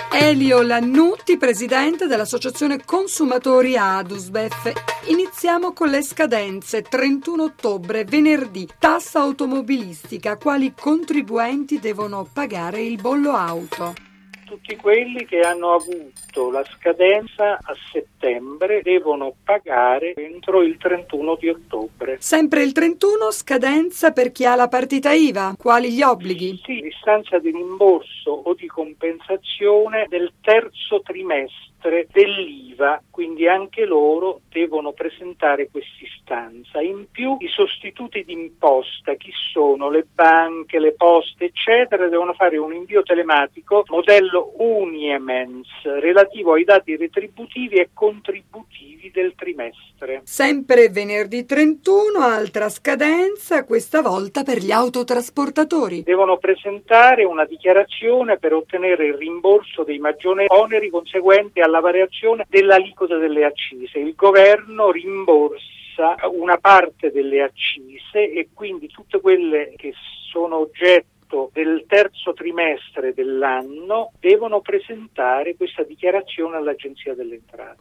Elio Lannutti, presidente dell'Associazione Consumatori Adusbef. Iniziamo con le scadenze. 31 ottobre, venerdì, tassa automobilistica. Quali contribuenti devono pagare il bollo auto? Tutti quelli che hanno avuto la scadenza a settembre devono pagare entro il 31 di ottobre. Sempre il 31, scadenza per chi ha la partita IVA. Quali gli obblighi? Sì, l'istanza di rimborso o di compensazione del terzo trimestre dell'IVA, quindi anche loro devono presentare quest'istanza. In più i sostituti d'imposta, chi sono? Le banche, le poste, eccetera, devono fare un invio telematico modello Uniemens relativo ai dati retributivi e contributivi del trimestre. Sempre venerdì 31, altra scadenza, questa volta per gli autotrasportatori. Devono presentare una dichiarazione per ottenere il rimborso dei maggiori oneri conseguenti alla variazione dell'aliquota delle accise. Il governo rimborsa una parte delle accise e quindi tutte quelle che sono oggetto del terzo trimestre dell'anno devono presentare questa dichiarazione all'Agenzia delle Entrate.